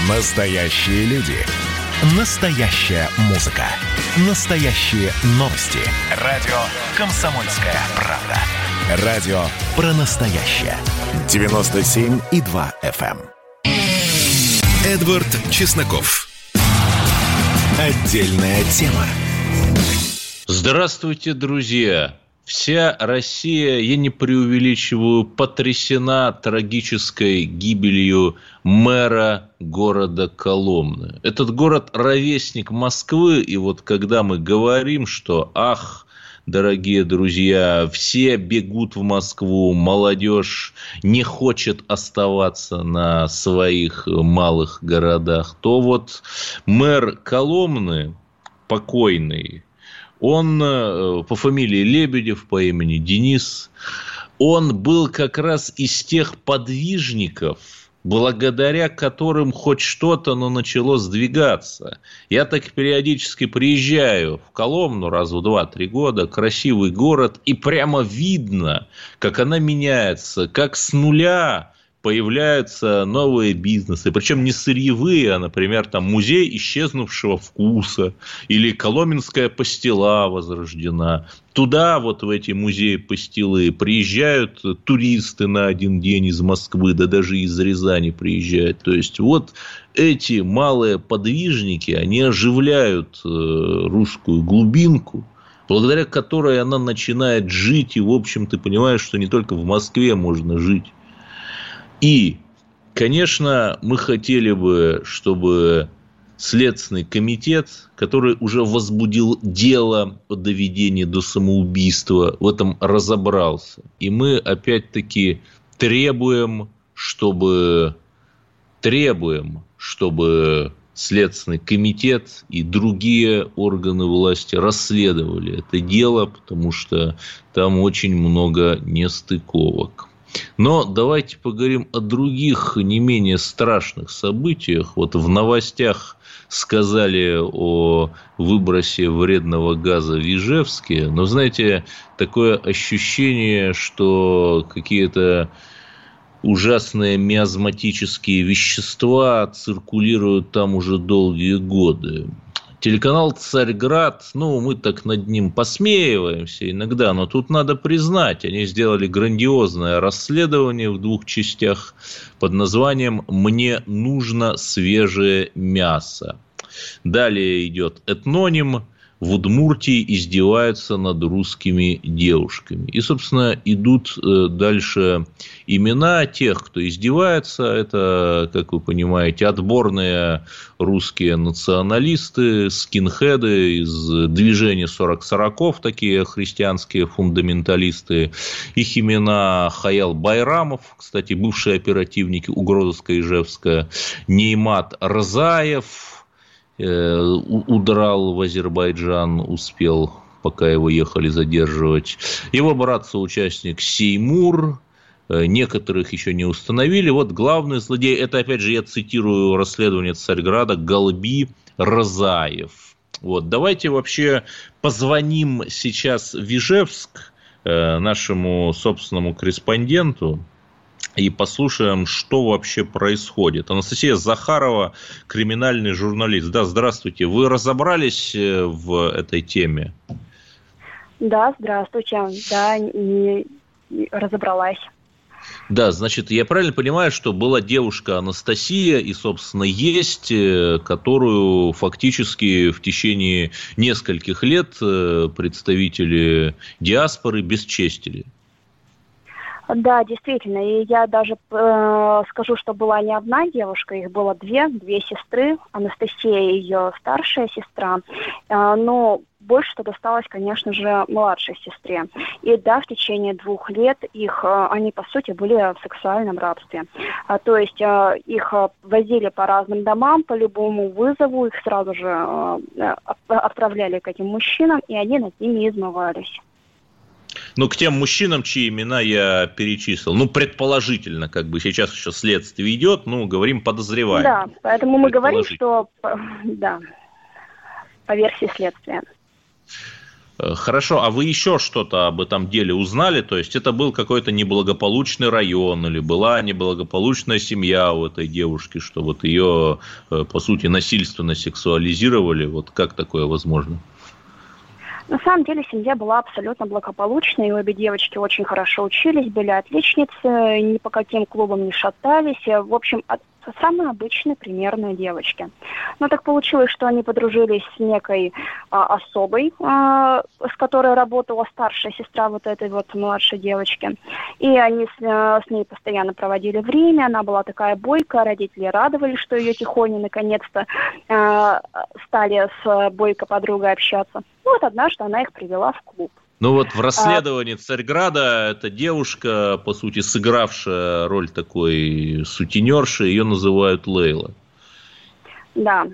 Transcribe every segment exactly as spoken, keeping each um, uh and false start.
Настоящие люди. Настоящая музыка. Настоящие новости. Радио «Комсомольская правда». Радио про настоящее. девяносто семь и два эф эм. Эдвард Чесноков. Отдельная тема. Здравствуйте, друзья! Вся Россия, я не преувеличиваю, потрясена трагической гибелью мэра города Коломны. Этот город – ровесник Москвы, и вот когда мы говорим, что, ах, дорогие друзья, все бегут в Москву, молодежь не хочет оставаться на своих малых городах, то вот мэр Коломны, покойный, он по фамилии Лебедев, по имени Денис, он был как раз из тех подвижников, благодаря которым хоть что-то, но начало сдвигаться. Я так периодически приезжаю в Коломну раз в два-три года, красивый город, и прямо видно, как она меняется, как с нуля появляются новые бизнесы, причем не сырьевые, а, например, там музей исчезнувшего вкуса или коломенская пастила возрождена. Туда, вот в эти музеи пастилы, приезжают туристы на один день из Москвы, да даже из Рязани приезжают. То есть, вот эти малые подвижники, они оживляют русскую глубинку, благодаря которой она начинает жить, и, в общем, ты понимаешь, что не только в Москве можно жить. И, конечно, мы хотели бы, чтобы Следственный комитет, который уже возбудил дело о доведении до самоубийства, в этом разобрался. И мы, опять-таки, требуем, чтобы, требуем, чтобы Следственный комитет и другие органы власти расследовали это дело, потому что там очень много нестыковок. Но давайте поговорим о других, не менее страшных событиях. Вот в новостях сказали о выбросе вредного газа в Ижевске. Но, знаете, такое ощущение, что какие-то ужасные миазматические вещества циркулируют там уже долгие годы. Телеканал «Царьград», ну, мы так над ним посмеиваемся иногда, но тут надо признать, они сделали грандиозное расследование в двух частях под названием «Мне нужно свежее мясо». Далее идет этноним. В Удмуртии издеваются над русскими девушками. И, собственно, идут дальше имена тех, кто издевается. Это, как вы понимаете, отборные русские националисты, скинхеды из движения сорок сороков, такие христианские фундаменталисты. Их имена: Хаял Байрамов, кстати, бывший оперативник угрозыска Ижевска, Неймат Рзаев, удрал в Азербайджан, успел, пока его ехали задерживать. Его брат-соучастник Сеймур. Некоторых еще не установили. Вот главный злодей, это, опять же, я цитирую расследование Царьграда, Галби Рзаев. Вот. Давайте вообще позвоним сейчас в Ижевск нашему собственному корреспонденту и послушаем, что вообще происходит. Анастасия Захарова, криминальный журналист. Да, здравствуйте. Вы разобрались в этой теме? Да, здравствуйте. Да, не, не разобралась. Да, значит, я правильно понимаю, что была девушка Анастасия, и, собственно, есть, которую фактически в течение нескольких лет представители диаспоры бесчестили? Да, действительно, и я даже э, скажу, что была не одна девушка, их было две, две сестры, Анастасия и ее старшая сестра, э, но больше-то досталось, конечно же, младшей сестре. И да, в течение двух лет их, э, они, по сути, были в сексуальном рабстве. А, то есть э, их возили по разным домам, по любому вызову, их сразу же э, отправляли к этим мужчинам, и они над ними измывались. Ну, к тем мужчинам, чьи имена я перечислил. Ну, предположительно, как бы сейчас еще следствие идет, ну, говорим подозреваемым. Да, поэтому мы говорим, что, да, по версии следствия. Хорошо, а вы еще что-то об этом деле узнали? То есть это был какой-то неблагополучный район или была неблагополучная семья у этой девушки, что вот ее, по сути, насильственно сексуализировали? Вот как такое возможно? На самом деле семья была абсолютно благополучной, и обе девочки очень хорошо учились, были отличницы, ни по каким клубам не шатались. В общем, самые обычные примерные девочки. Но так получилось, что они подружились с некой а, особой, а, с которой работала старшая сестра вот этой вот младшей девочки. И они с, а, с ней постоянно проводили время, она была такая бойкая, родители радовались, что ее тихоня наконец-то а, стали с бойкой подругой общаться. И вот однажды она их привела в клуб. Ну вот в расследовании Царьграда эта девушка, по сути, сыгравшая роль такой сутенерши, ее называют Лейла. Да,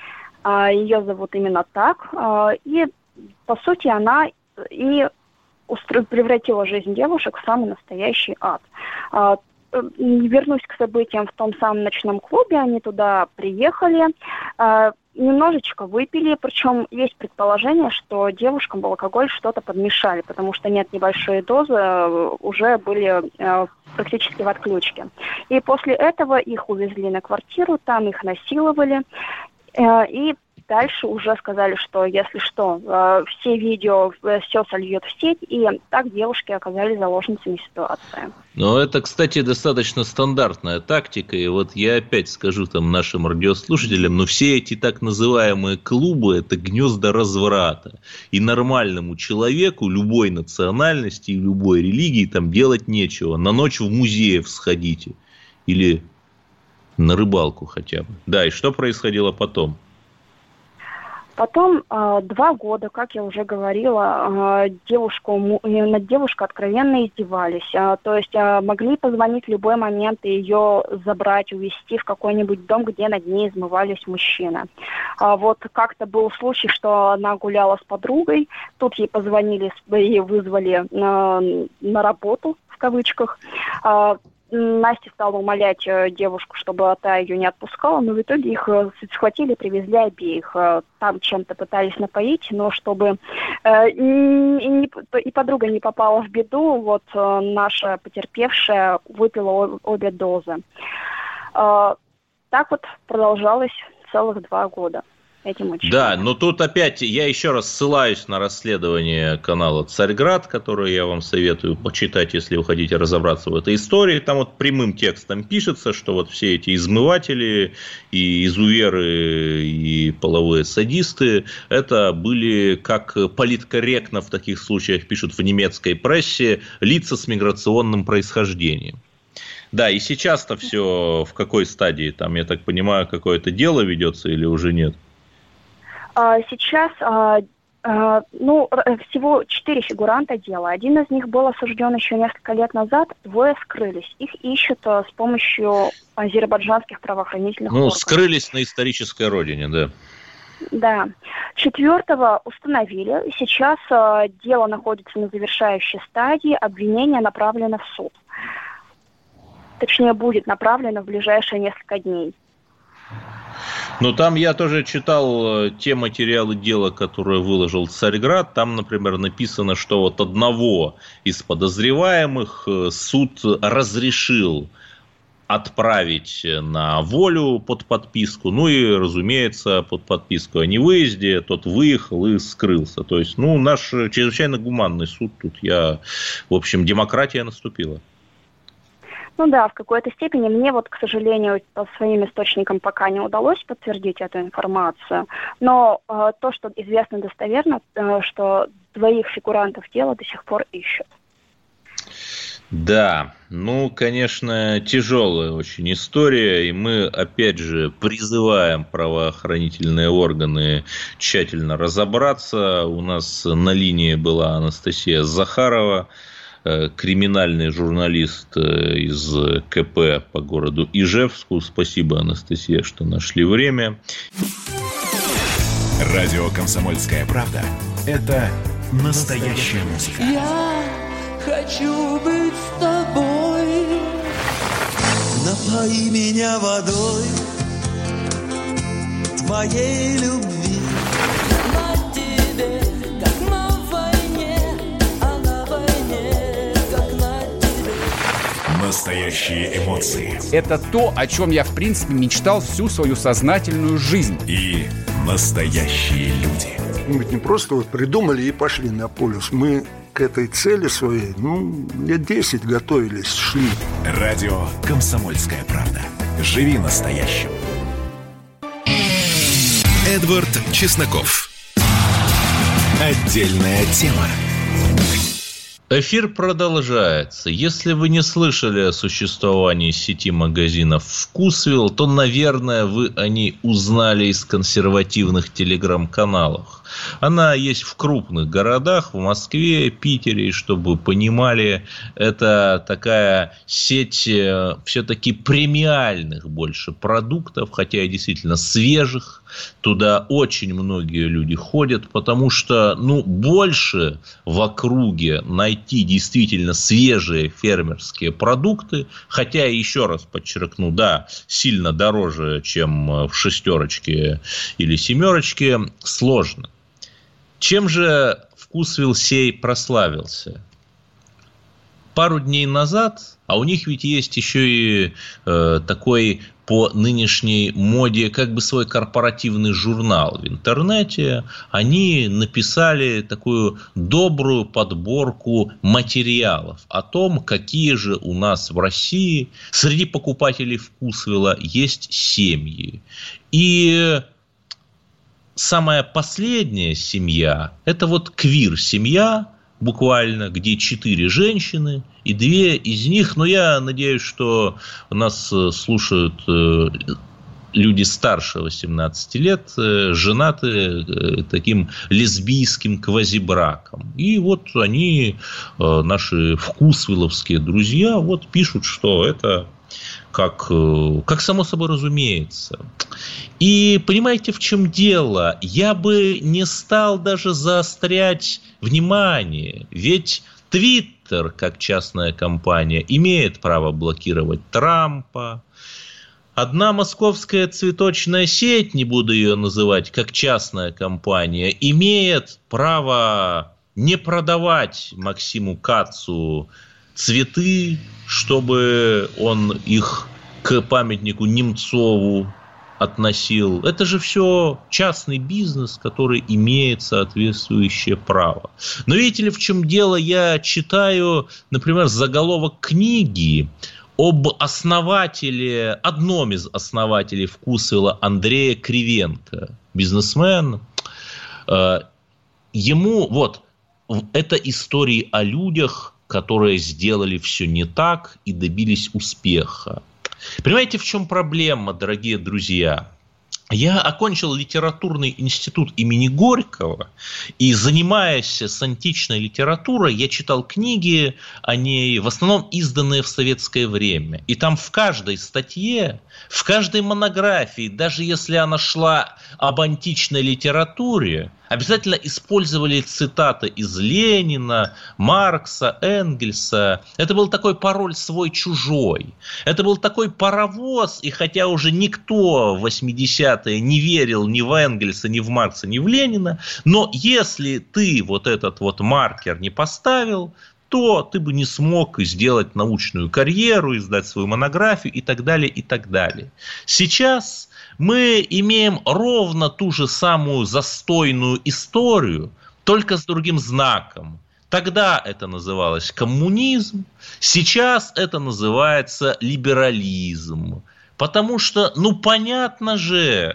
ее зовут именно так. И, по сути, она и превратила жизнь девушек в самый настоящий ад. Вернусь к событиям в том самом ночном клубе, они туда приехали, немножечко выпили, причем есть предположение, что девушкам в алкоголь что-то подмешали, потому что нет, небольшие дозы уже были э, практически в отключке. И после этого их увезли на квартиру, там их насиловали, э, и дальше уже сказали, что если что, э, все видео, э, все сольют в сеть, и так девушки оказались заложницами ситуации. Ну, это, кстати, достаточно стандартная тактика, и вот я опять скажу там нашим радиослушателям, но все эти так называемые клубы – это гнезда разврата, и нормальному человеку любой национальности и любой религии там делать нечего, на ночь в музеев сходите, или на рыбалку хотя бы. Да, и что происходило потом? Потом э, два года, как я уже говорила, э, девушку, над девушкой откровенно издевались. Э, то есть э, могли позвонить в любой момент и ее забрать, увезти в какой-нибудь дом, где над ней измывались мужчины. Э, вот как-то был случай, что она гуляла с подругой, тут ей позвонили и вызвали э, на работу, в кавычках. Э, Настя стала умолять девушку, чтобы та ее не отпускала, но в итоге их схватили, привезли обеих. Там чем-то пытались напоить, но чтобы э, и, и подруга не попала в беду, вот э, наша потерпевшая выпила обе дозы. Э, так вот продолжалось целых два года. Этим да, но тут опять я еще раз ссылаюсь на расследование канала «Царьград», которое я вам советую почитать, если вы хотите разобраться в этой истории. Там вот прямым текстом пишется, что вот все эти измыватели и изуверы и половые садисты, это были, как политкорректно в таких случаях пишут в немецкой прессе, лица с миграционным происхождением. Да, и сейчас-то все в какой стадии? Там, я так понимаю, какое-то дело ведется или уже нет? Сейчас, ну, всего четыре фигуранта дела. Один из них был осужден еще несколько лет назад, двое скрылись. Их ищут с помощью азербайджанских правоохранительных ну, органов. Ну, скрылись на исторической родине, да. Да. Четвертого установили. Сейчас дело находится на завершающей стадии. Обвинение направлено в суд. Точнее, будет направлено в ближайшие несколько дней. Ну, там я тоже читал те материалы дела, которые выложил Царьград. Там, например, написано, что вот одного из подозреваемых суд разрешил отправить на волю под подписку. Ну и, разумеется, под подписку о невыезде. Тот выехал и скрылся. То есть, ну, наш чрезвычайно гуманный суд тут, я, в общем, демократия наступила. Ну да, в какой-то степени. Мне вот, к сожалению, по своим источникам пока не удалось подтвердить эту информацию. Но э, то, что известно достоверно, э, что двоих фигурантов дела до сих пор ищут. Да, ну, конечно, тяжелая очень история, и мы, опять же, призываем правоохранительные органы тщательно разобраться. У нас на линии была Анастасия Захарова, криминальный журналист из КП по городу Ижевску. Спасибо, Анастасия, что нашли время. Радио «Комсомольская правда» – это настоящая музыка. Я хочу быть с тобой. Напои меня водой твоей любви. На тебе, как на Настоящие эмоции. Это то, о чем я, в принципе, мечтал всю свою сознательную жизнь. И настоящие люди. Мы ведь не просто вот придумали и пошли на полюс. Мы к этой цели своей, ну, лет десять готовились, шли. Радио «Комсомольская правда». Живи настоящим. Эдвард Чесноков. Отдельная тема. Эфир продолжается. Если вы не слышали о существовании сети магазинов «Вкусвилл», то, наверное, вы о ней узнали из консервативных телеграм-каналов. Она есть в крупных городах, в Москве, Питере. И чтобы вы понимали, это такая сеть все-таки премиальных больше продуктов, хотя и действительно свежих. Туда очень многие люди ходят, потому что, ну, больше в округе найти действительно свежие фермерские продукты, хотя, еще раз подчеркну, да, сильно дороже, чем в шестерочке или семерочке, сложно. Чем же «Вкусвилл» сей прославился? Пару дней назад, а у них ведь есть еще и э, такой по нынешней моде как бы свой корпоративный журнал в интернете, они написали такую добрую подборку материалов о том, какие же у нас в России среди покупателей «Вкусвилла» есть семьи. И самая последняя семья – это вот квир-семья, буквально, где четыре женщины, и две из них, но я надеюсь, что нас слушают люди старше восемнадцати лет, женаты таким лесбийским квазибраком. И вот они, наши вкусвилловские друзья, вот пишут, что это как, как само собой разумеется. И понимаете, в чем дело? Я бы не стал даже заострять внимание, ведь Твиттер, как частная компания, имеет право блокировать Трампа. Одна московская цветочная сеть, не буду ее называть, как частная компания, имеет право не продавать Максиму Кацу цветы, чтобы он их к памятнику Немцову относил. Это же все частный бизнес, который имеет соответствующее право. Но видите ли, в чем дело? Я читаю, например, заголовок книги об основателе, одном из основателей «Вкусвилла» Андрея Кривенко, бизнесмен. Ему, вот, это истории о людях, которые сделали все не так и добились успеха. Понимаете, в чем проблема, дорогие друзья? Я окончил литературный институт имени Горького, и, занимаясь с античной литературой, я читал книги о ней, в основном изданные в советское время. И там в каждой статье, в каждой монографии, даже если она шла об античной литературе, обязательно использовали цитаты из Ленина, Маркса, Энгельса. Это был такой пароль свой-чужой. Это был такой паровоз, и хотя уже никто в восьмидесятые не верил ни в Энгельса, ни в Маркса, ни в Ленина, но если ты вот этот вот маркер не поставил, то ты бы не смог сделать научную карьеру, издать свою монографию и так далее, и так далее. Сейчас мы имеем ровно ту же самую застойную историю, только с другим знаком. Тогда это называлось коммунизм, сейчас это называется либерализм. Потому что, ну, понятно же,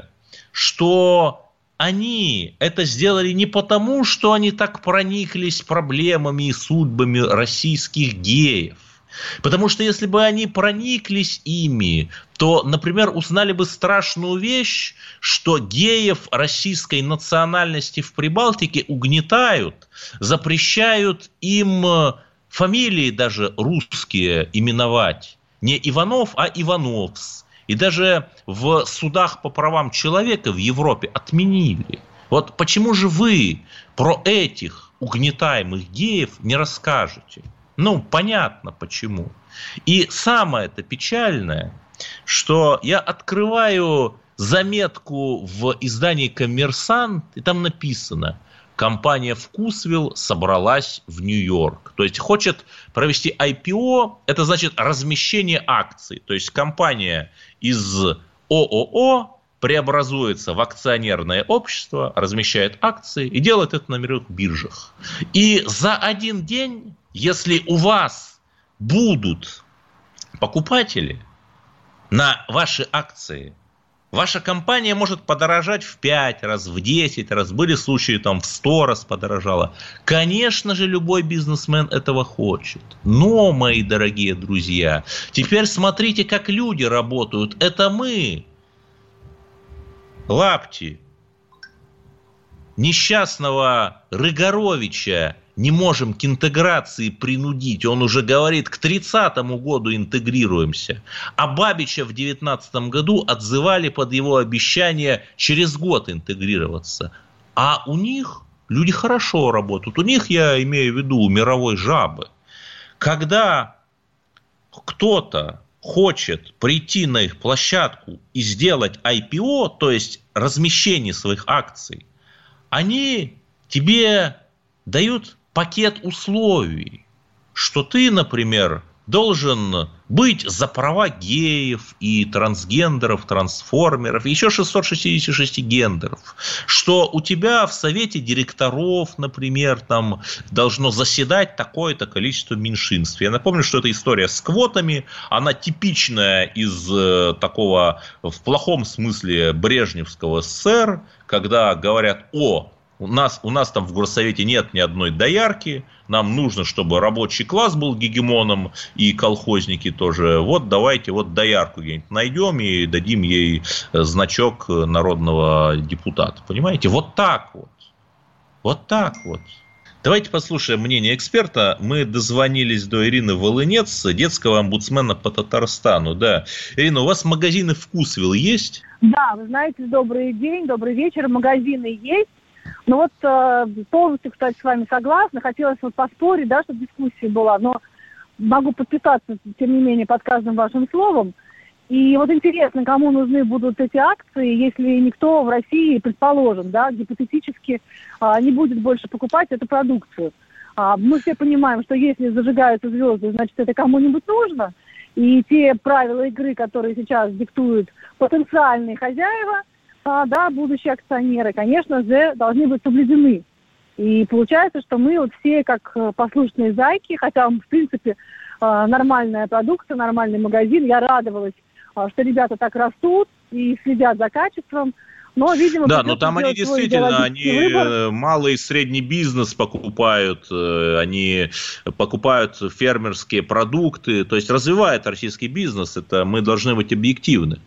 что они это сделали не потому, что они так прониклись проблемами и судьбами российских геев. Потому что если бы они прониклись ими, то, например, узнали бы страшную вещь, что геев российской национальности в Прибалтике угнетают, запрещают им фамилии даже русские именовать. Не Иванов, а Ивановс. И даже в судах по правам человека в Европе отменили. Вот почему же вы про этих угнетаемых геев не расскажете? Ну, понятно почему. И самое-то печальное, что я открываю заметку в издании «Коммерсант», и там написано: компания Вкусвилл собралась в Нью-Йорк. То есть хочет провести ай пи о, это значит размещение акций. То есть компания из ООО преобразуется в акционерное общество, размещает акции и делает это на мировых биржах. И за один день, если у вас будут покупатели на ваши акции, ваша компания может подорожать в пять раз, в десять раз. Были случаи, там в сто раз подорожала. Конечно же, любой бизнесмен этого хочет. Но, мои дорогие друзья, теперь смотрите, как люди работают. Это мы, Лапти, несчастного Рыгоровича, не можем к интеграции принудить. Он уже говорит, к тридцатому году интегрируемся. А Бабича в девятнадцатом году отзывали под его обещание через год интегрироваться. А у них люди хорошо работают. У них, я имею в виду, у мировой жабы. Когда кто-то хочет прийти на их площадку и сделать ай пи о, то есть размещение своих акций, они тебе дают пакет условий, что ты, например, должен быть за права геев и трансгендеров, трансформеров, еще шестьсот шестьдесят шесть гендеров, что у тебя в совете директоров, например, там должно заседать такое-то количество меньшинств. Я напомню, что эта история с квотами, она типичная из э, такого, в плохом смысле, брежневского СССР, когда говорят: о, У нас, у нас там в горсовете нет ни одной доярки, нам нужно, чтобы рабочий класс был гегемоном и колхозники тоже. Вот давайте вот доярку где-нибудь найдем и дадим ей значок народного депутата. Понимаете? Вот так вот. Вот так вот. Давайте послушаем мнение эксперта. Мы дозвонились до Ирины Волынец, детского омбудсмена по Татарстану. Да. Ирина, у вас магазины Вкусвилл есть? Да, вы знаете, добрый день, добрый вечер. Магазины есть. Ну вот э, полностью, кстати, с вами согласна. Хотелось вот поспорить, да, чтобы дискуссия была, но могу подписаться, тем не менее, под каждым вашим словом. И вот интересно, кому нужны будут эти акции, если никто в России, предположим, да, гипотетически э, не будет больше покупать эту продукцию. А мы все понимаем, что если зажигаются звезды, значит, это кому-нибудь нужно. И те правила игры, которые сейчас диктуют потенциальные хозяева, да, будущие акционеры, конечно же, должны быть соблюдены. И получается, что мы вот все как послушные зайки, хотя, в принципе, нормальная продукция, нормальный магазин. Я радовалась, что ребята так растут и следят за качеством. Но, видимо, да, но там они действительно, они выбор. Малый и средний бизнес покупают, они покупают фермерские продукты, то есть развивает российский бизнес. Это мы должны быть объективны.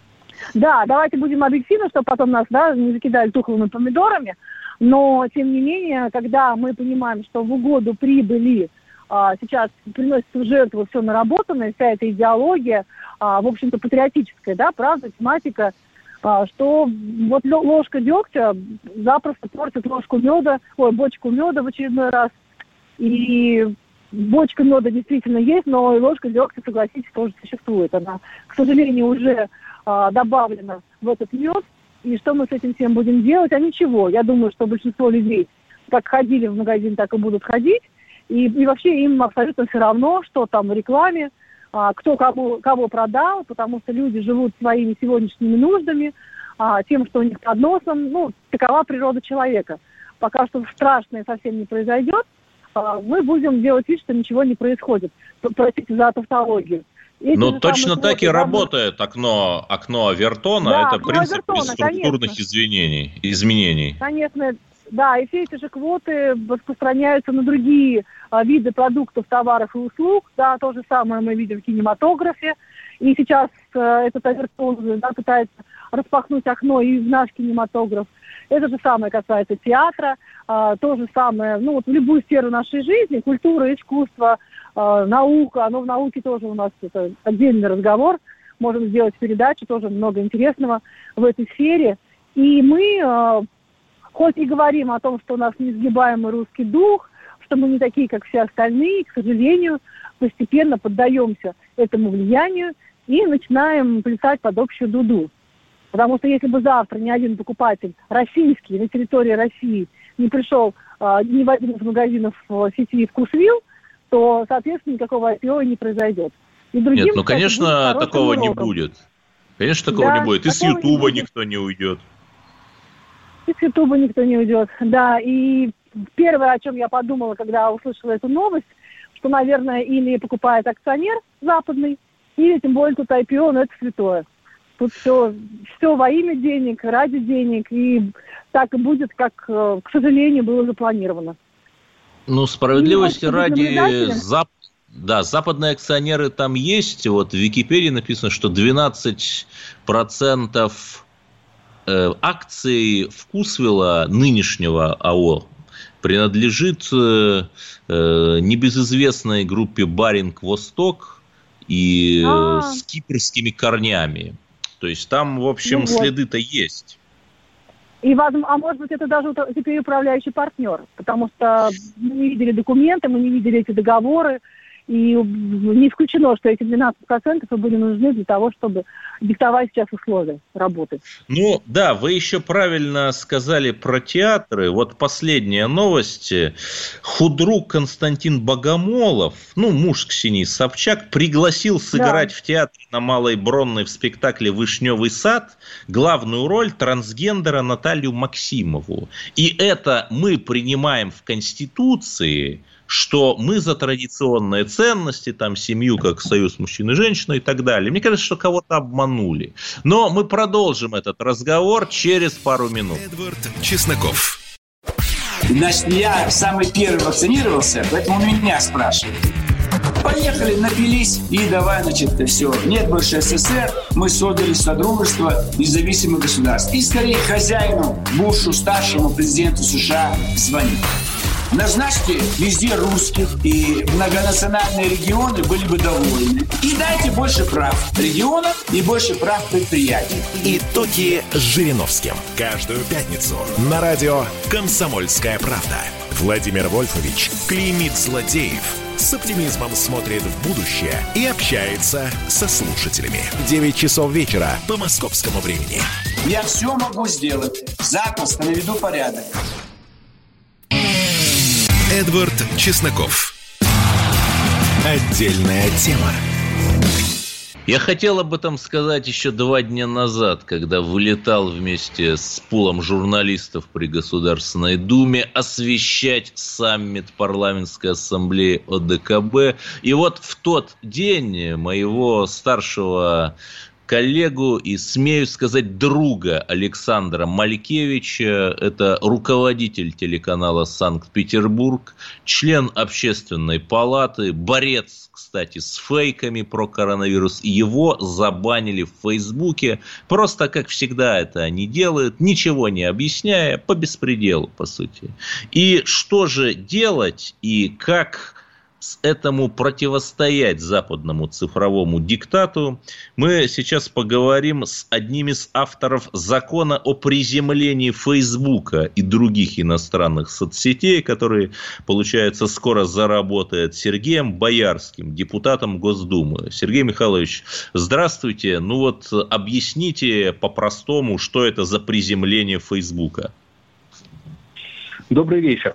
Да, давайте будем объективны, чтобы потом нас, да, не закидали тухлыми помидорами. Но, тем не менее, когда мы понимаем, что в угоду прибыли а, сейчас приносится в жертву все наработанное, вся эта идеология, а, в общем-то, патриотическая, да, правда, тематика, а, что вот ложка дегтя запросто портит ложку меда, ой, бочку меда в очередной раз. И бочка меда действительно есть, но и ложка дегтя, согласитесь, тоже существует. Она, к сожалению, уже добавлено в этот мед. И что мы с этим всем будем делать? А ничего. Я думаю, что большинство людей как ходили в магазин, так и будут ходить. И, и вообще им абсолютно все равно, что там в рекламе, а, кто кому, кого продал, потому что люди живут своими сегодняшними нуждами, а, тем, что у них под носом. Ну, такова природа человека. Пока что страшное совсем не произойдет, а, мы будем делать вид, что ничего не происходит. Простите за тавтологию. Ну, точно так и работает окно, окно Авертона. Да, это принцип структурных извинений, изменений. Конечно, да, и все эти же квоты распространяются на другие а, виды продуктов, товаров и услуг. Да, то же самое мы видим в кинематографе. И сейчас а, этот Авертон, да, пытается распахнуть окно и в наш кинематограф. Это же самое касается театра. А, то же самое, ну, вот в любую сферу нашей жизни, культура, искусство, наука, но в науке тоже у нас это отдельный разговор, можем сделать передачу, тоже много интересного в этой сфере. И мы, хоть и говорим о том, что у нас неизгибаемый русский дух, что мы не такие, как все остальные, к сожалению, постепенно поддаемся этому влиянию и начинаем плясать под общую дуду. Потому что если бы завтра ни один покупатель российский на территории России не пришел э, ни в один из магазинов в сети «Вкусвилл», то, соответственно, никакого ай пи о не произойдет. И другим, Нет, ну, конечно, такого не будет. Конечно, такого да, не будет. И с Ютуба никто не уйдет. И с Ютуба никто не уйдет, да. И первое, о чем я подумала, когда услышала эту новость, что, наверное, или покупает акционер западный, или тем более тут ай пи о, но это святое. Тут все, все во имя денег, ради денег, и так и будет, как, к сожалению, было запланировано. Ну, справедливости и, ради, зап... да, западные акционеры там есть. Вот в Википедии написано, что двенадцать процентов акций Вкусвилла, нынешнего АО, принадлежит э, небезызвестной группе Баринг Восток и э, с кипрскими корнями. То есть там, в общем, ну, следы-то вот есть. И, а может быть, это даже теперь управляющий партнер, потому что мы не видели документы, мы не видели эти договоры, и не исключено, что эти двенадцать процентов были нужны для того, чтобы диктовать сейчас условия работы. Ну, да, вы еще правильно сказали про театры. Вот последняя новость. Худрук Константин Богомолов, ну, муж Ксении Собчак, пригласил сыграть да. в театре на Малой Бронной в спектакле «Вишневый сад» главную роль трансгендера Наталью Максимову. И это мы принимаем в Конституции, что мы за традиционные ценности, там, семью как союз мужчины и женщины и так далее. Мне кажется, что кого-то обманули. Но мы продолжим этот разговор через пару минут. Эдвард Чесноков. Значит, я самый первый вакцинировался, поэтому меня спрашивают. Поехали, напились и давай, значит, все. Нет больше СССР, мы создали Содружество независимых государств. И скорее хозяину Бушу, старшему президенту США, звонить. Назначьте везде русских, и многонациональные регионы были бы довольны. И дайте больше прав регионам и больше прав предприятий. Итоги с Жириновским. Каждую пятницу на радио «Комсомольская правда». Владимир Вольфович клеймит злодеев, с оптимизмом смотрит в будущее и общается со слушателями. девять часов вечера по московскому времени. Я все могу сделать. Запросто наведу порядок. Эдвард Чесноков. Отдельная тема. Я хотел об этом сказать еще два дня назад, когда вылетал вместе с пулом журналистов при Государственной Думе освещать саммит Парламентской Ассамблеи о дэ ка бэ. И вот в тот день моего старшего коллегу и, смею сказать, друга Александра Малькевича, это руководитель телеканала «Санкт-Петербург», член Общественной палаты, борец, кстати, с фейками про коронавирус. Его забанили в Фейсбуке, просто, как всегда это они делают, ничего не объясняя, по беспределу, по сути. И что же делать и как этому противостоять западному цифровому диктату, мы сейчас поговорим с одним из авторов закона о приземлении Фейсбука и других иностранных соцсетей, который, получается, скоро заработает, Сергеем Боярским, депутатом Госдумы. Сергей Михайлович, здравствуйте. Ну вот объясните по-простому, что это за приземление Фейсбука. Добрый вечер.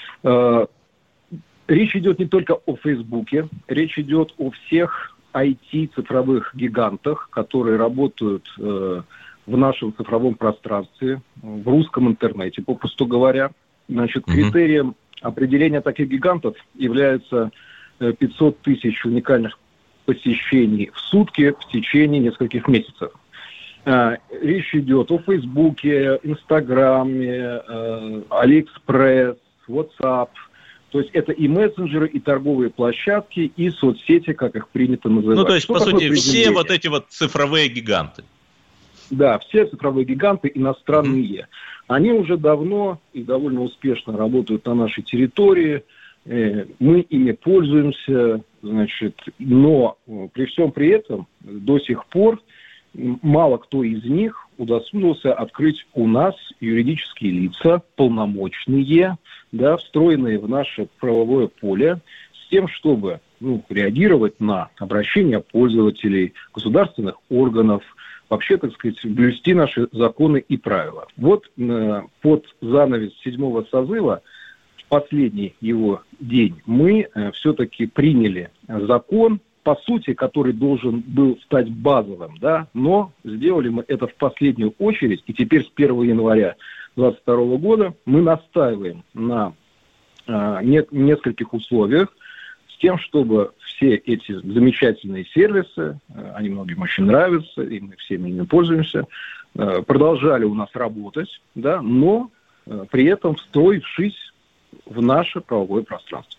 Речь идет не только о Фейсбуке, речь идет о всех ай ти-цифровых гигантах, которые работают э, в нашем цифровом пространстве, в русском интернете, попросту говоря. Значит, критерием определения таких гигантов является пятьсот тысяч уникальных посещений в сутки в течение нескольких месяцев. Э, речь идет о Фейсбуке, Инстаграме, э, Алиэкспресс, WhatsApp. То есть это и мессенджеры, и торговые площадки, и соцсети, как их принято называть. Ну, то есть, что по сути, все вот эти вот цифровые гиганты. Да, все цифровые гиганты иностранные. Mm-hmm. Они уже давно и довольно успешно работают на нашей территории. Мы ими пользуемся, значит, но при всем при этом до сих пор мало кто из них удосужился открыть у нас юридические лица, полномочные, да, встроенные в наше правовое поле, с тем, чтобы ну, реагировать на обращения пользователей, государственных органов, вообще, так сказать, блюсти наши законы и правила. Вот э, под занавес седьмого созыва, в последний его день, мы э, все-таки приняли закон, по сути, который должен был стать базовым, да, но сделали мы это в последнюю очередь, и теперь с первого января две тысячи двадцать второго года мы настаиваем на э, не, нескольких условиях, с тем, чтобы все эти замечательные сервисы, они многим очень нравятся, и мы всеми ими пользуемся, продолжали у нас работать, да, но при этом встроившись в наше правовое пространство.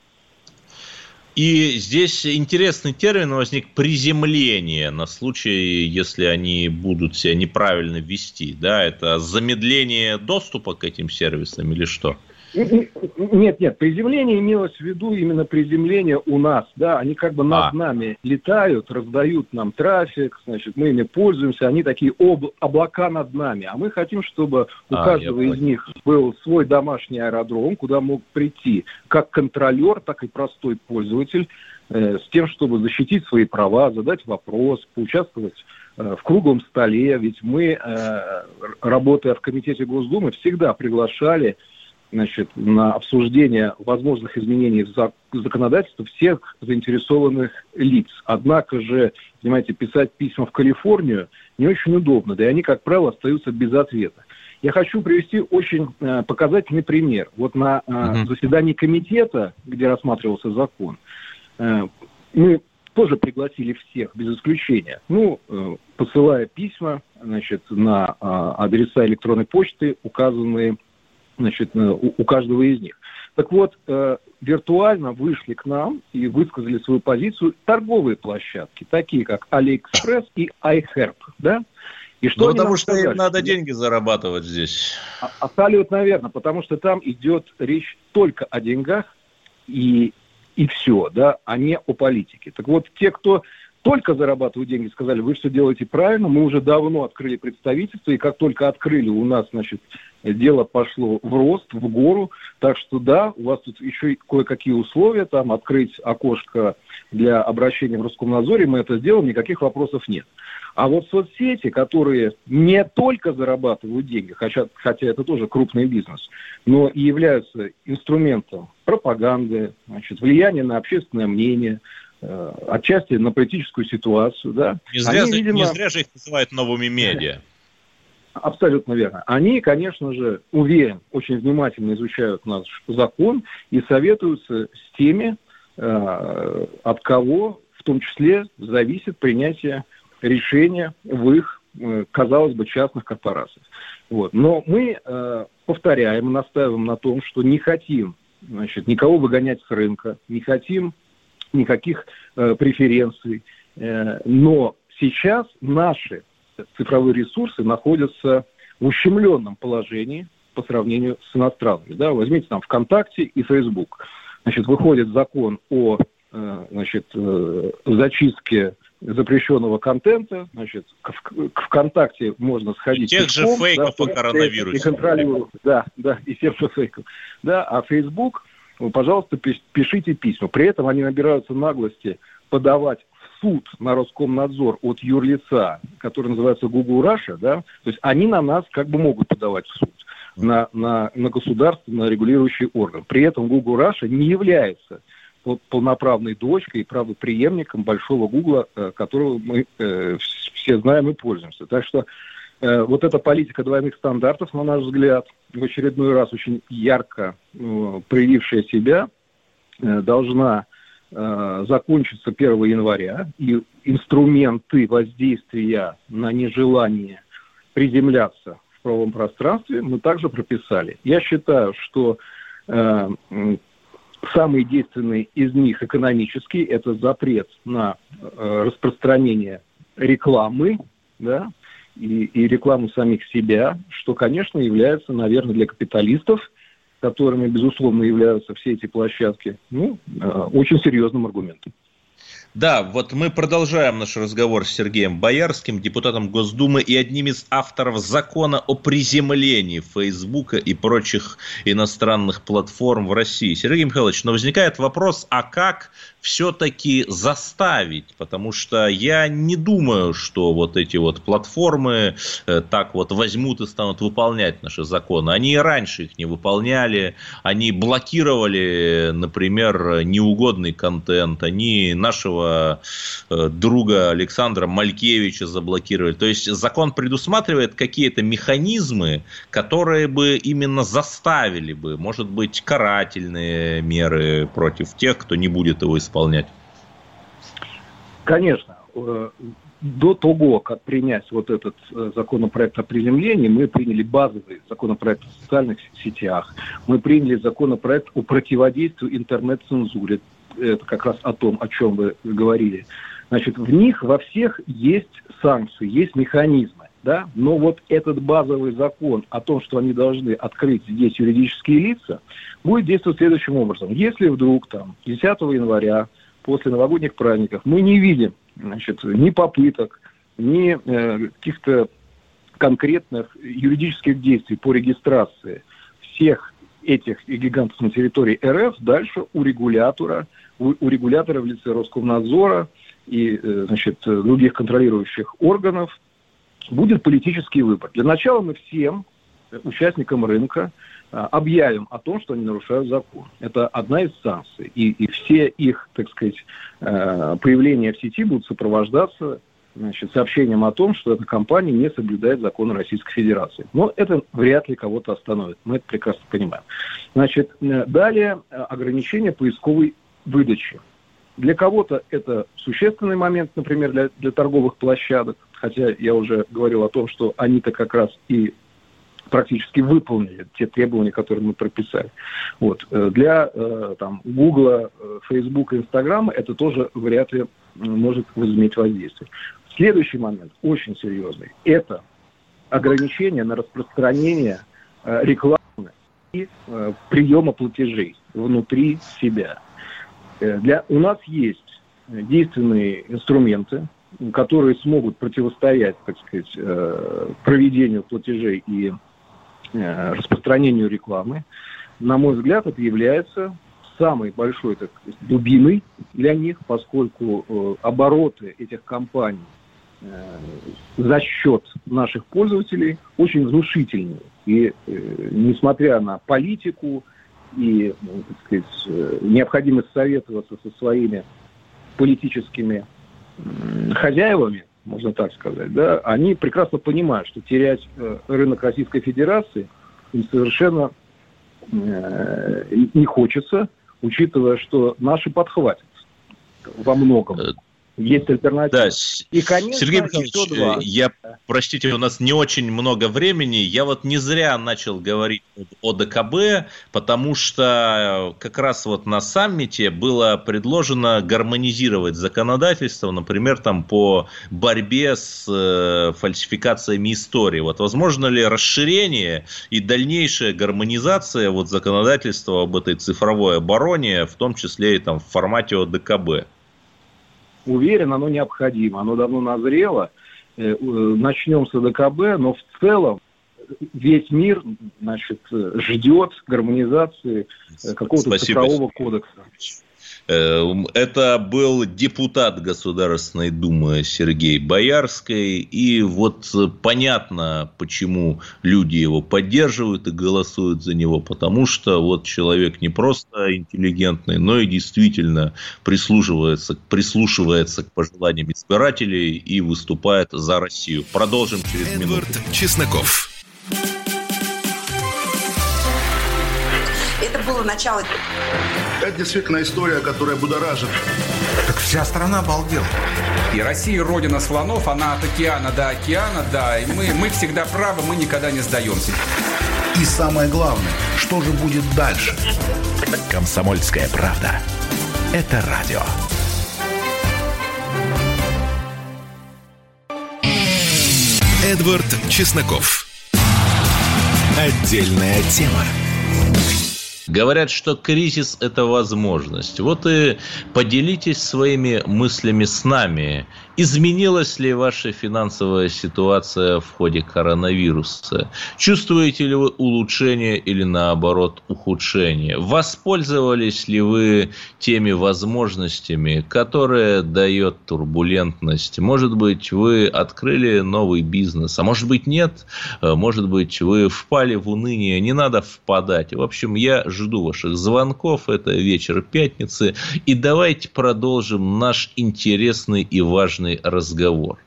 И здесь интересный термин возник — приземление, на случай, если они будут себя неправильно вести. Да? Это замедление доступа к этим сервисам или что? Нет, нет, приземление имелось в виду именно приземление у нас, да, они как бы над а. нами летают, раздают нам трафик, значит, мы ими пользуемся, они такие об, облака над нами, а мы хотим, чтобы у а, каждого из них был свой домашний аэродром, куда мог прийти как контролер, так и простой пользователь, э, с тем, чтобы защитить свои права, задать вопрос, поучаствовать э, в круглом столе, ведь мы, э, работая в Комитете Госдумы, всегда приглашали, значит, на обсуждение возможных изменений в законодательстве всех заинтересованных лиц. Однако же, понимаете, писать письма в Калифорнию не очень удобно, да и они, как правило, остаются без ответа. Я хочу привести очень э, показательный пример. Вот на э, uh-huh. заседании комитета, где рассматривался закон, э, мы тоже пригласили всех, без исключения, ну, э, посылая письма, значит, на э, адреса электронной почты, указанные, значит, у, у каждого из них. Так вот, э, виртуально вышли к нам и высказали свою позицию торговые площадки, такие как AliExpress и iHerb, да? И что ну, потому что сказали? Им надо деньги зарабатывать здесь. А, абсолютно верно, потому что там идет речь только о деньгах и, и все, да, а не о политике. Так вот, те, кто только зарабатывают деньги, сказали, вы все делаете правильно, мы уже давно открыли представительство, и как только открыли, у нас, значит, дело пошло в рост, в гору, так что да, у вас тут еще кое-какие условия, там, открыть окошко для обращения в Роскомнадзоре, мы это сделаем, никаких вопросов нет. А вот соцсети, которые не только зарабатывают деньги, хотя, хотя это тоже крупный бизнес, но и являются инструментом пропаганды, значит, влияния на общественное мнение, э, отчасти на политическую ситуацию. Да. Не зря, Они, видимо, не зря же их называют новыми медиа. Абсолютно верно. Они, конечно же, уверен, очень внимательно изучают наш закон и советуются с теми, э, от кого в том числе зависит принятие решения в их, казалось бы, частных корпорациях. Вот. Но мы э, повторяем, настаиваем на том, что не хотим, значит, никого выгонять с рынка, не хотим никаких э, преференций, э, но сейчас наши цифровые ресурсы находятся в ущемленном положении по сравнению с иностранными. Да? Возьмите там ВКонтакте и Фейсбук. Значит, выходит закон о э, значит, э, зачистке запрещенного контента, значит, к, к ВКонтакте можно сходить. И тех же фейков да, о коронавирусе. И контролируют, да, да, и тех же фейков. Да, а Facebook, ну, пожалуйста, пишите письма. При этом они набираются наглости подавать в суд на Роскомнадзор от юрлица, который называется Google Russia, да, то есть они на нас как бы могут подавать в суд, на, на, на государственный регулирующий орган. При этом Google Russia не является полноправной дочкой и правопреемником большого Гугла, которого мы э, все знаем и пользуемся. Так что э, вот эта политика двойных стандартов, на наш взгляд, в очередной раз очень ярко э, проявившая себя, э, должна э, закончиться первого января, и инструменты воздействия на нежелание приземляться в правовом пространстве мы также прописали. Я считаю, что э, самый действенный из них экономический – это запрет на э, распространение рекламы, да, и, и рекламу самих себя, что, конечно, является, наверное, для капиталистов, которыми, безусловно, являются все эти площадки, ну, э, очень серьезным аргументом. Да, вот мы продолжаем наш разговор с Сергеем Боярским, депутатом Госдумы и одним из авторов закона о приземлении Фейсбука и прочих иностранных платформ в России. Сергей Михайлович, но возникает вопрос, а как все-таки заставить, потому что я не думаю, что вот эти вот платформы э, так вот возьмут и станут выполнять наши законы. Они и раньше их не выполняли, они блокировали, например, неугодный контент, они нашего э, друга Александра Малькевича заблокировали. То есть закон предусматривает какие-то механизмы, которые бы именно заставили бы, может быть, карательные меры против тех, кто не будет его исполнять. Конечно. До того, как принять вот этот законопроект о приземлении, мы приняли базовый законопроект о социальных сетях, мы приняли законопроект о противодействии интернет-цензуре. Это как раз о том, о чем вы говорили. Значит, в них во всех есть санкции, есть механизмы, да? Но вот этот базовый закон о том, что они должны открыть здесь юридические лица, будет действовать следующим образом. Если вдруг там десятого января, после новогодних праздников, мы не видим, значит, ни попыток, ни э, каких-то конкретных юридических действий по регистрации всех этих гигантов на территории эр эф, дальше у регулятора, у, у регулятора в лице Роскомнадзора и, э, значит, других контролирующих органов будет политический выбор. Для начала мы всем участникам рынка объявим о том, что они нарушают закон. Это одна из санкций. И, и все их, так сказать, появления в сети будут сопровождаться, значит, сообщением о том, что эта компания не соблюдает законы Российской Федерации. Но это вряд ли кого-то остановит. Мы это прекрасно понимаем. Значит, далее ограничение поисковой выдачи. Для кого-то это существенный момент, например, для, для торговых площадок. Хотя я уже говорил о том, что они-то как раз и практически выполнили те требования, которые мы прописали. Вот. Для э, там, Гугла, Фейсбука, Инстаграма это тоже вряд ли может возыметь воздействие. Следующий момент, очень серьезный, это ограничение на распространение э, рекламы и э, приема платежей внутри себя. Э, для, у нас есть действенные инструменты, которые смогут противостоять, так сказать, э, проведению платежей и распространению рекламы. На мой взгляд, это является самой большой, так сказать, дубиной для них, поскольку э, обороты этих компаний э, за счет наших пользователей очень внушительные. И э, несмотря на политику и, ну, так сказать, э, необходимость советоваться со своими политическими э, хозяевами, можно так сказать, да, они прекрасно понимают, что терять э, рынок Российской Федерации им совершенно э, не хочется, учитывая, что наши подхватят во многом. Есть альтернатива. Да. И, конечно, Сергей Михайлович, я, простите, у нас не очень много времени. Я вот не зря начал говорить о дэ ка бэ, потому что как раз вот на саммите было предложено гармонизировать законодательство, например, там по борьбе с э, фальсификациями истории. Вот возможно ли расширение и дальнейшая гармонизация вот законодательства об этой цифровой обороне, в том числе и там в формате о дэ ка бэ? Уверен, оно необходимо, оно давно назрело. Начнем с о дэ ка бэ, но в целом весь мир, значит, ждет гармонизации какого-то Спасибо. цифрового кодекса. Это был депутат Государственной Думы Сергей Боярский. И вот понятно, почему люди его поддерживают и голосуют за него. Потому что вот человек не просто интеллигентный, но и действительно прислушивается, прислушивается к пожеланиям избирателей и выступает за Россию. Продолжим через минуту. Эдвард Чесноков. Это было начало. Это действительно история, которая будоражит. Так вся страна обалдела. И Россия родина слонов, она от океана до океана, да. И мы, мы всегда правы, мы никогда не сдаемся. И самое главное, что же будет дальше? «Комсомольская правда». Это радио. Эдвард Чесноков. Отдельная тема. Говорят, что кризис – это возможность. Вот и поделитесь своими мыслями с нами. Изменилась ли ваша финансовая ситуация в ходе коронавируса? Чувствуете ли вы улучшение или, наоборот, ухудшение? Воспользовались ли вы теми возможностями, которые дает турбулентность? Может быть, вы открыли новый бизнес, а может быть, нет? Может быть, вы впали в уныние? Не надо впадать. В общем, я жду ваших звонков. Это вечер пятницы. И давайте продолжим наш интересный и важный разговор.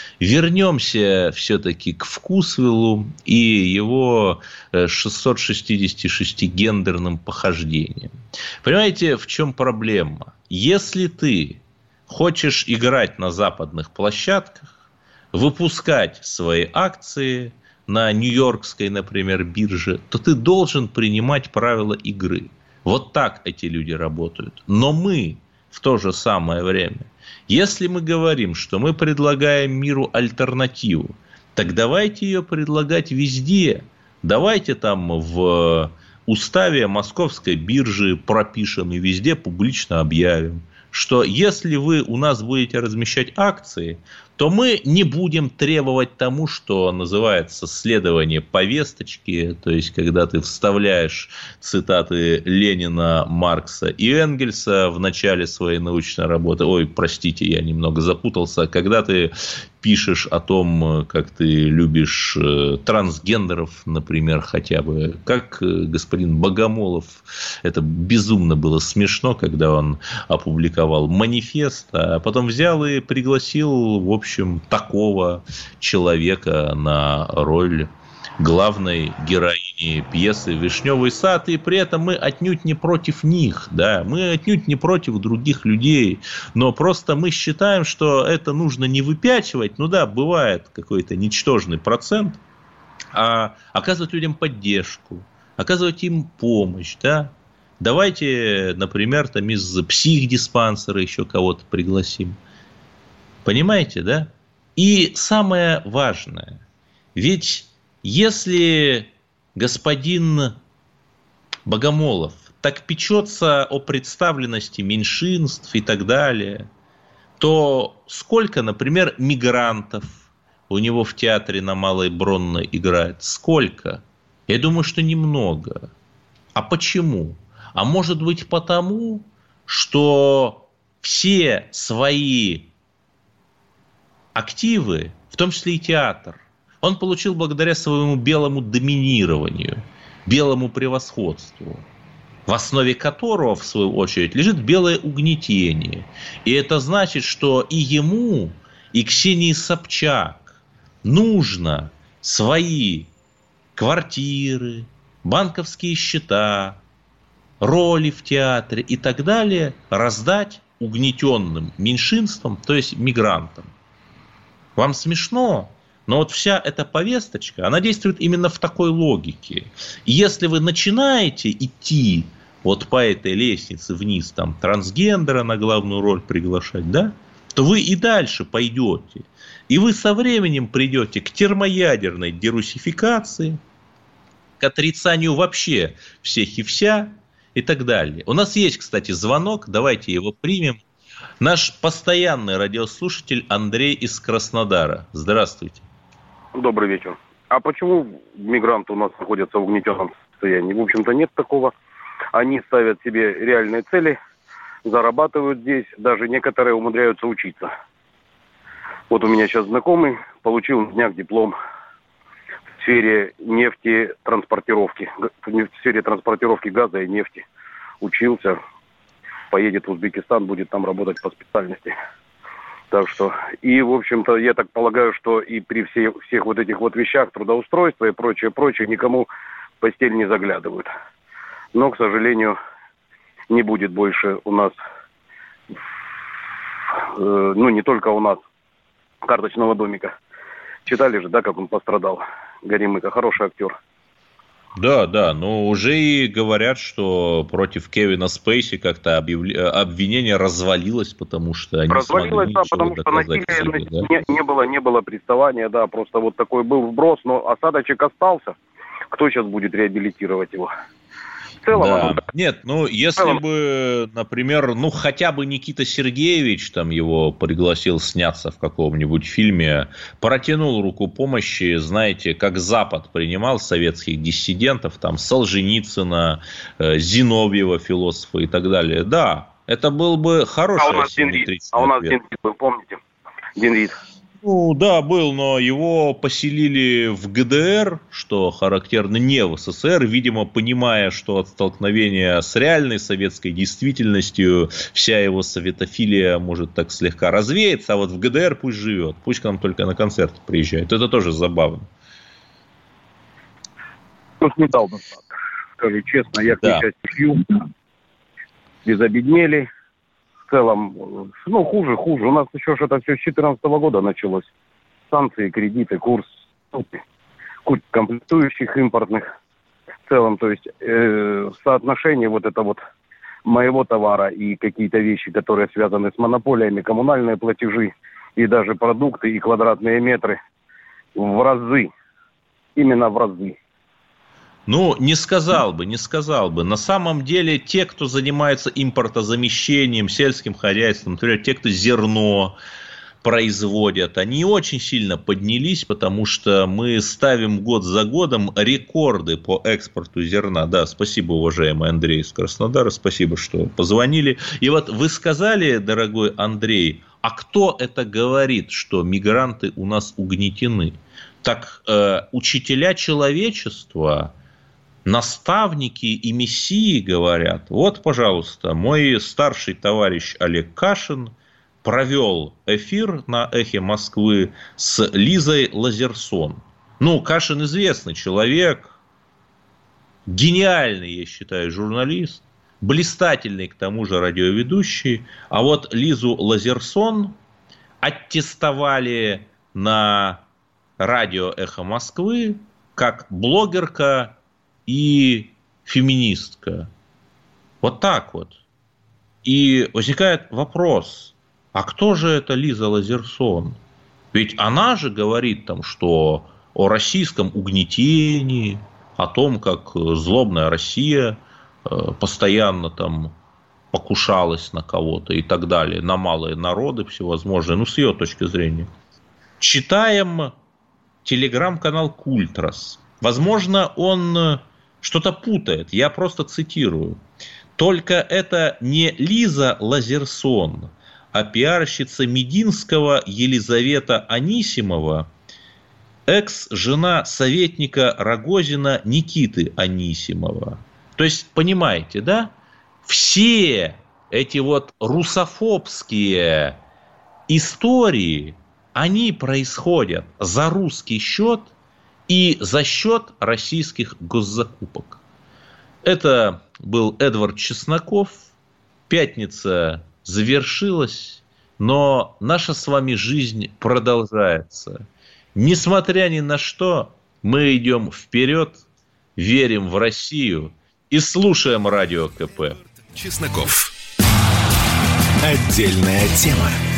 Вернемся все-таки к Вкусвиллу и его шестьсот шестьдесят шесть гендерным похождениям. Понимаете, в чем проблема? Если ты хочешь играть на западных площадках, выпускать свои акции на Нью-Йоркской, например, бирже, то ты должен принимать правила игры. Вот так эти люди работают. Но мы в то же самое время, если мы говорим, что мы предлагаем миру альтернативу, так давайте ее предлагать везде. Давайте там в уставе Московской биржи пропишем и везде публично объявим, что если вы у нас будете размещать акции, то мы не будем требовать тому, что называется следование повесточки, то есть когда ты вставляешь цитаты Ленина, Маркса и Энгельса в начале своей научной работы. Ой, простите, я немного запутался. Когда ты пишешь о том, как ты любишь трансгендеров, например, хотя бы, как господин Богомолов, это безумно было смешно, когда он опубликовал манифест, а потом взял и пригласил, в общем, такого человека на роль главной героини пьесы «Вишневый сад», и при этом мы отнюдь не против них, да, мы отнюдь не против других людей, но просто мы считаем, что это нужно не выпячивать, ну да, бывает какой-то ничтожный процент, а оказывать людям поддержку, оказывать им помощь, да. Давайте, например, там из психдиспансера еще кого-то пригласим. Понимаете, да? И самое важное, ведь если господин Богомолов так печется о представленности меньшинств и так далее, то сколько, например, мигрантов у него в театре на Малой Бронной играет? Сколько? Я думаю, что немного. А почему? А может быть потому, что все свои активы, в том числе и театр, он получил благодаря своему белому доминированию, белому превосходству, в основе которого, в свою очередь, лежит белое угнетение. И это значит, что и ему, и Ксении Собчак нужно свои квартиры, банковские счета, роли в театре и так далее раздать угнетенным меньшинствам, то есть мигрантам. Вам смешно? Но вот вся эта повесточка, она действует именно в такой логике. И если вы начинаете идти вот по этой лестнице вниз, там, трансгендера на главную роль приглашать, да, то вы и дальше пойдете. И вы со временем придете к термоядерной дерусификации, к отрицанию вообще всех и вся и так далее. У нас есть, кстати, звонок, давайте его примем. Наш постоянный радиослушатель Андрей из Краснодара. Здравствуйте. Добрый вечер. А почему мигранты у нас находятся в угнетенном состоянии? В общем-то, нет такого. Они ставят себе реальные цели, зарабатывают здесь, даже некоторые умудряются учиться. Вот у меня сейчас знакомый получил на днях диплом в сфере нефтетранспортировки, в сфере транспортировки газа и нефти. Учился, поедет в Узбекистан, будет там работать по специальности. Так что, и, в общем-то, я так полагаю, что и при всех, всех вот этих вот вещах, трудоустройства и прочее, прочее, никому в постель не заглядывают. Но, к сожалению, не будет больше у нас, э, ну, не только у нас, карточного домика. Читали же, да, как он пострадал, Горемыка, хороший актер. Да, да, но уже и говорят, что против Кевина Спейси как-то объявля... обвинение развалилось, потому что они развалилось, да, потому что насилия да? не, не было, не было приставания, да, просто вот такой был вброс, но осадочек остался. Кто сейчас будет реабилитировать его? целом... Да. Оно... Нет, ну, если целом... бы, например, ну, хотя бы Никита Сергеевич там его пригласил сняться в каком-нибудь фильме, протянул руку помощи, знаете, как Запад принимал советских диссидентов, там, Солженицына, Зиновьева, философа и так далее. Да, это был бы хороший а у нас асимметричный А у нас ответ. Денвид был, помните? Денвид. Ну, да, был, но его поселили в ГДР, что характерно не в СССР, видимо, понимая, что от столкновения с реальной советской действительностью вся его советофилия может так слегка развеяться, а вот в ГДР пусть живет, пусть к нам только на концерт приезжает. Это тоже забавно. Тут не дал бы так, скажу честно, я к да. несчастью пью, без обеднели. В целом, ну, хуже, хуже. У нас еще что-то все с две тысячи четырнадцатого года началось. Санкции, кредиты, курс, курс комплектующих импортных. В целом, то есть, э, соотношение вот это вот моего товара и какие-то вещи, которые связаны с монополиями, коммунальные платежи и даже продукты и квадратные метры в разы. Именно в разы. Ну, не сказал бы, не сказал бы. На самом деле, те, кто занимается импортозамещением, сельским хозяйством, например, те, кто зерно производят, они очень сильно поднялись, потому что мы ставим год за годом рекорды по экспорту зерна. Да, спасибо, уважаемый Андрей из Краснодара, спасибо, что позвонили. И вот вы сказали, дорогой Андрей, а кто это говорит, что мигранты у нас угнетены? Так э, учителя человечества... Наставники и мессии говорят, вот, пожалуйста, мой старший товарищ Олег Кашин провел эфир на «Эхе Москвы» с Лизой Лазерсон. Ну, Кашин известный человек, гениальный, я считаю, журналист, блистательный, к тому же, радиоведущий. А вот Лизу Лазерсон аттестовали на радио «Эхо Москвы» как блогерка и феминистка. Вот так вот. И возникает вопрос, а кто же это Лиза Лазерсон? Ведь она же говорит там, что о российском угнетении, о том, как злобная Россия постоянно там покушалась на кого-то и так далее, на малые народы всевозможные, ну, с ее точки зрения. Читаем телеграм-канал Культрас. Возможно, он что-то путает, я просто цитирую. Только это не Лиза Лазерсон, а пиарщица Мединского Елизавета Анисимова, экс-жена советника Рогозина Никиты Анисимова. То есть, понимаете, да? Все эти вот русофобские истории, они происходят за русский счет и за счет российских госзакупок. Это был Эдвард Чесноков. Пятница завершилась, но наша с вами жизнь продолжается. Несмотря ни на что, мы идем вперед, верим в Россию и слушаем радио КП. Чесноков. Отдельная тема.